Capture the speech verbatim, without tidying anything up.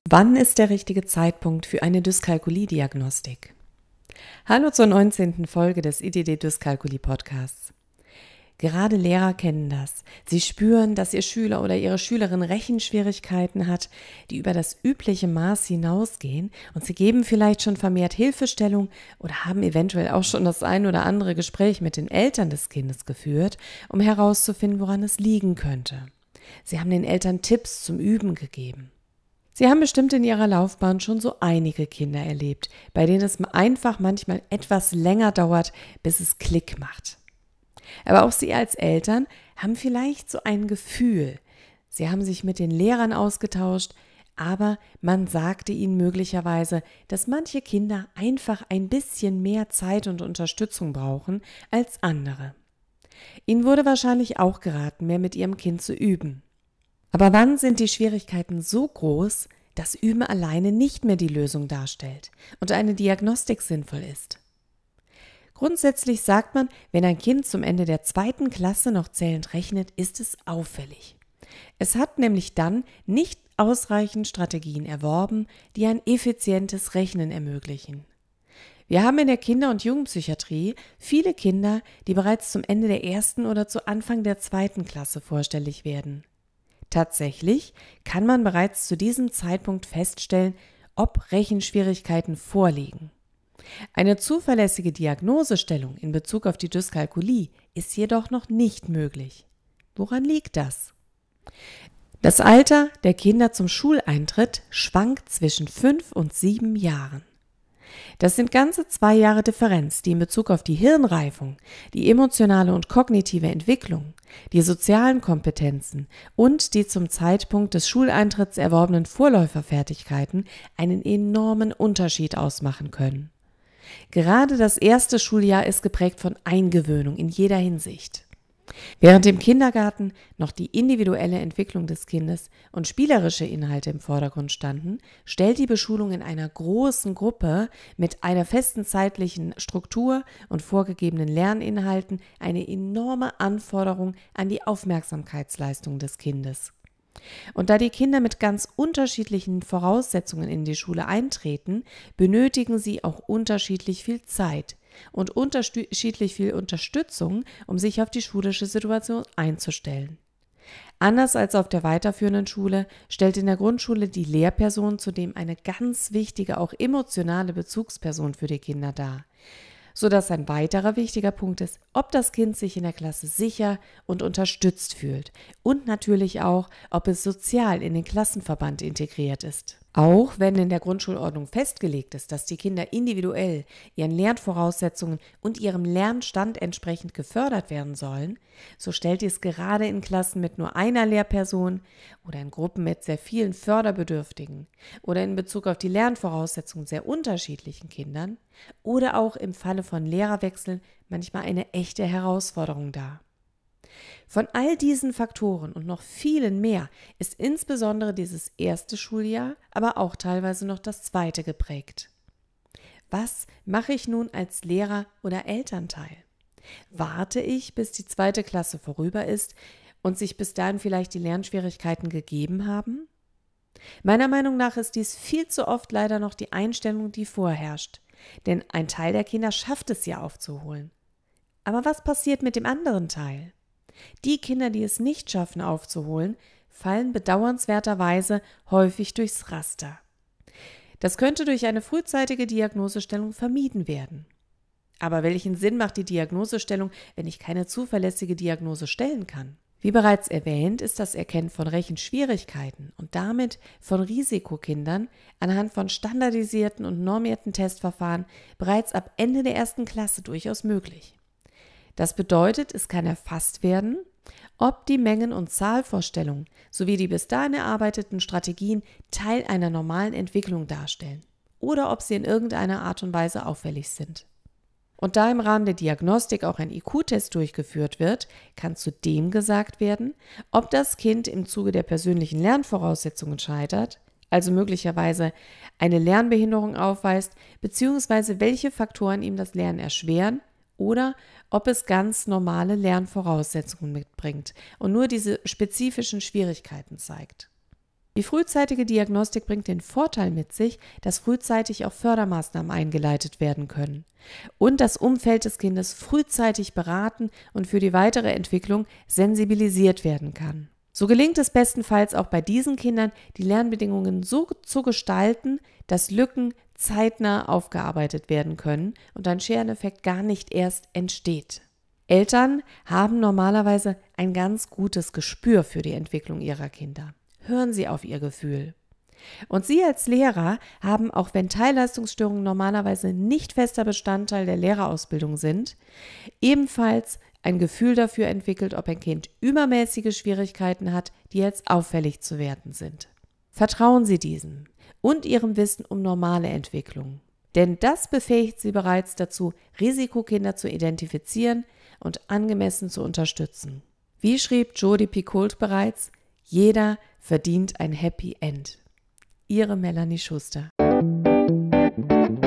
Wann ist der richtige Zeitpunkt für eine Dyskalkulie-Diagnostik? Hallo zur neunzehnten Folge des I D D-Dyskalkulie-Podcasts. Gerade Lehrer kennen das. Sie spüren, dass ihr Schüler oder ihre Schülerin Rechenschwierigkeiten hat, die über das übliche Maß hinausgehen, und sie geben vielleicht schon vermehrt Hilfestellung oder haben eventuell auch schon das ein oder andere Gespräch mit den Eltern des Kindes geführt, um herauszufinden, woran es liegen könnte. Sie haben den Eltern Tipps zum Üben gegeben. Sie haben bestimmt in Ihrer Laufbahn schon so einige Kinder erlebt, bei denen es einfach manchmal etwas länger dauert, bis es Klick macht. Aber auch Sie als Eltern haben vielleicht so ein Gefühl. Sie haben sich mit den Lehrern ausgetauscht, aber man sagte Ihnen möglicherweise, dass manche Kinder einfach ein bisschen mehr Zeit und Unterstützung brauchen als andere. Ihnen wurde wahrscheinlich auch geraten, mehr mit Ihrem Kind zu üben. Aber wann sind die Schwierigkeiten so groß, dass Üben alleine nicht mehr die Lösung darstellt und eine Diagnostik sinnvoll ist? Grundsätzlich sagt man, wenn ein Kind zum Ende der zweiten Klasse noch zählend rechnet, ist es auffällig. Es hat nämlich dann nicht ausreichend Strategien erworben, die ein effizientes Rechnen ermöglichen. Wir haben in der Kinder- und Jugendpsychiatrie viele Kinder, die bereits zum Ende der ersten oder zu Anfang der zweiten Klasse vorstellig werden. Tatsächlich kann man bereits zu diesem Zeitpunkt feststellen, ob Rechenschwierigkeiten vorliegen. Eine zuverlässige Diagnosestellung in Bezug auf die Dyskalkulie ist jedoch noch nicht möglich. Woran liegt das? Das Alter der Kinder zum Schuleintritt schwankt zwischen fünf und sieben Jahren. Das sind ganze zwei Jahre Differenz, die in Bezug auf die Hirnreifung, die emotionale und kognitive Entwicklung, die sozialen Kompetenzen und die zum Zeitpunkt des Schuleintritts erworbenen Vorläuferfertigkeiten einen enormen Unterschied ausmachen können. Gerade das erste Schuljahr ist geprägt von Eingewöhnung in jeder Hinsicht. Während im Kindergarten noch die individuelle Entwicklung des Kindes und spielerische Inhalte im Vordergrund standen, stellt die Beschulung in einer großen Gruppe mit einer festen zeitlichen Struktur und vorgegebenen Lerninhalten eine enorme Anforderung an die Aufmerksamkeitsleistung des Kindes. Und da die Kinder mit ganz unterschiedlichen Voraussetzungen in die Schule eintreten, benötigen sie auch unterschiedlich viel Zeit und unterschiedlich viel Unterstützung, um sich auf die schulische Situation einzustellen. Anders als auf der weiterführenden Schule stellt in der Grundschule die Lehrperson zudem eine ganz wichtige, auch emotionale Bezugsperson für die Kinder dar, sodass ein weiterer wichtiger Punkt ist, ob das Kind sich in der Klasse sicher und unterstützt fühlt und natürlich auch, ob es sozial in den Klassenverband integriert ist. Auch wenn in der Grundschulordnung festgelegt ist, dass die Kinder individuell ihren Lernvoraussetzungen und ihrem Lernstand entsprechend gefördert werden sollen, so stellt dies gerade in Klassen mit nur einer Lehrperson oder in Gruppen mit sehr vielen Förderbedürftigen oder in Bezug auf die Lernvoraussetzungen sehr unterschiedlichen Kindern oder auch im Falle von Lehrerwechseln manchmal eine echte Herausforderung dar. Von all diesen Faktoren und noch vielen mehr ist insbesondere dieses erste Schuljahr, aber auch teilweise noch das zweite geprägt. Was mache ich nun als Lehrer oder Elternteil? Warte ich, bis die zweite Klasse vorüber ist und sich bis dahin vielleicht die Lernschwierigkeiten gegeben haben? Meiner Meinung nach ist dies viel zu oft leider noch die Einstellung, die vorherrscht, denn ein Teil der Kinder schafft es ja aufzuholen. Aber was passiert mit dem anderen Teil? Die Kinder, die es nicht schaffen aufzuholen, fallen bedauernswerterweise häufig durchs Raster. Das könnte durch eine frühzeitige Diagnosestellung vermieden werden. Aber welchen Sinn macht die Diagnosestellung, wenn ich keine zuverlässige Diagnose stellen kann? Wie bereits erwähnt, ist das Erkennen von Rechenschwierigkeiten und damit von Risikokindern anhand von standardisierten und normierten Testverfahren bereits ab Ende der ersten Klasse durchaus möglich. Das bedeutet, es kann erfasst werden, ob die Mengen- und Zahlvorstellungen sowie die bis dahin erarbeiteten Strategien Teil einer normalen Entwicklung darstellen oder ob sie in irgendeiner Art und Weise auffällig sind. Und da im Rahmen der Diagnostik auch ein I Q-Test durchgeführt wird, kann zudem gesagt werden, ob das Kind im Zuge der persönlichen Lernvoraussetzungen scheitert, also möglicherweise eine Lernbehinderung aufweist, beziehungsweise welche Faktoren ihm das Lernen erschweren oder ob es ganz normale Lernvoraussetzungen mitbringt und nur diese spezifischen Schwierigkeiten zeigt. Die frühzeitige Diagnostik bringt den Vorteil mit sich, dass frühzeitig auch Fördermaßnahmen eingeleitet werden können und das Umfeld des Kindes frühzeitig beraten und für die weitere Entwicklung sensibilisiert werden kann. So gelingt es bestenfalls auch bei diesen Kindern, die Lernbedingungen so zu gestalten, dass Lücken zeitnah aufgearbeitet werden können und ein Schereneffekt gar nicht erst entsteht. Eltern haben normalerweise ein ganz gutes Gespür für die Entwicklung ihrer Kinder. Hören Sie auf Ihr Gefühl. Und Sie als Lehrer haben, auch wenn Teilleistungsstörungen normalerweise nicht fester Bestandteil der Lehrerausbildung sind, ebenfalls ein Gefühl dafür entwickelt, ob ein Kind übermäßige Schwierigkeiten hat, die als auffällig zu werten sind. Vertrauen Sie diesem und Ihrem Wissen um normale Entwicklung. Denn das befähigt Sie bereits dazu, Risikokinder zu identifizieren und angemessen zu unterstützen. Wie schrieb Jodi Picoult bereits, jeder verdient ein Happy End. Ihre Melanie Schuster.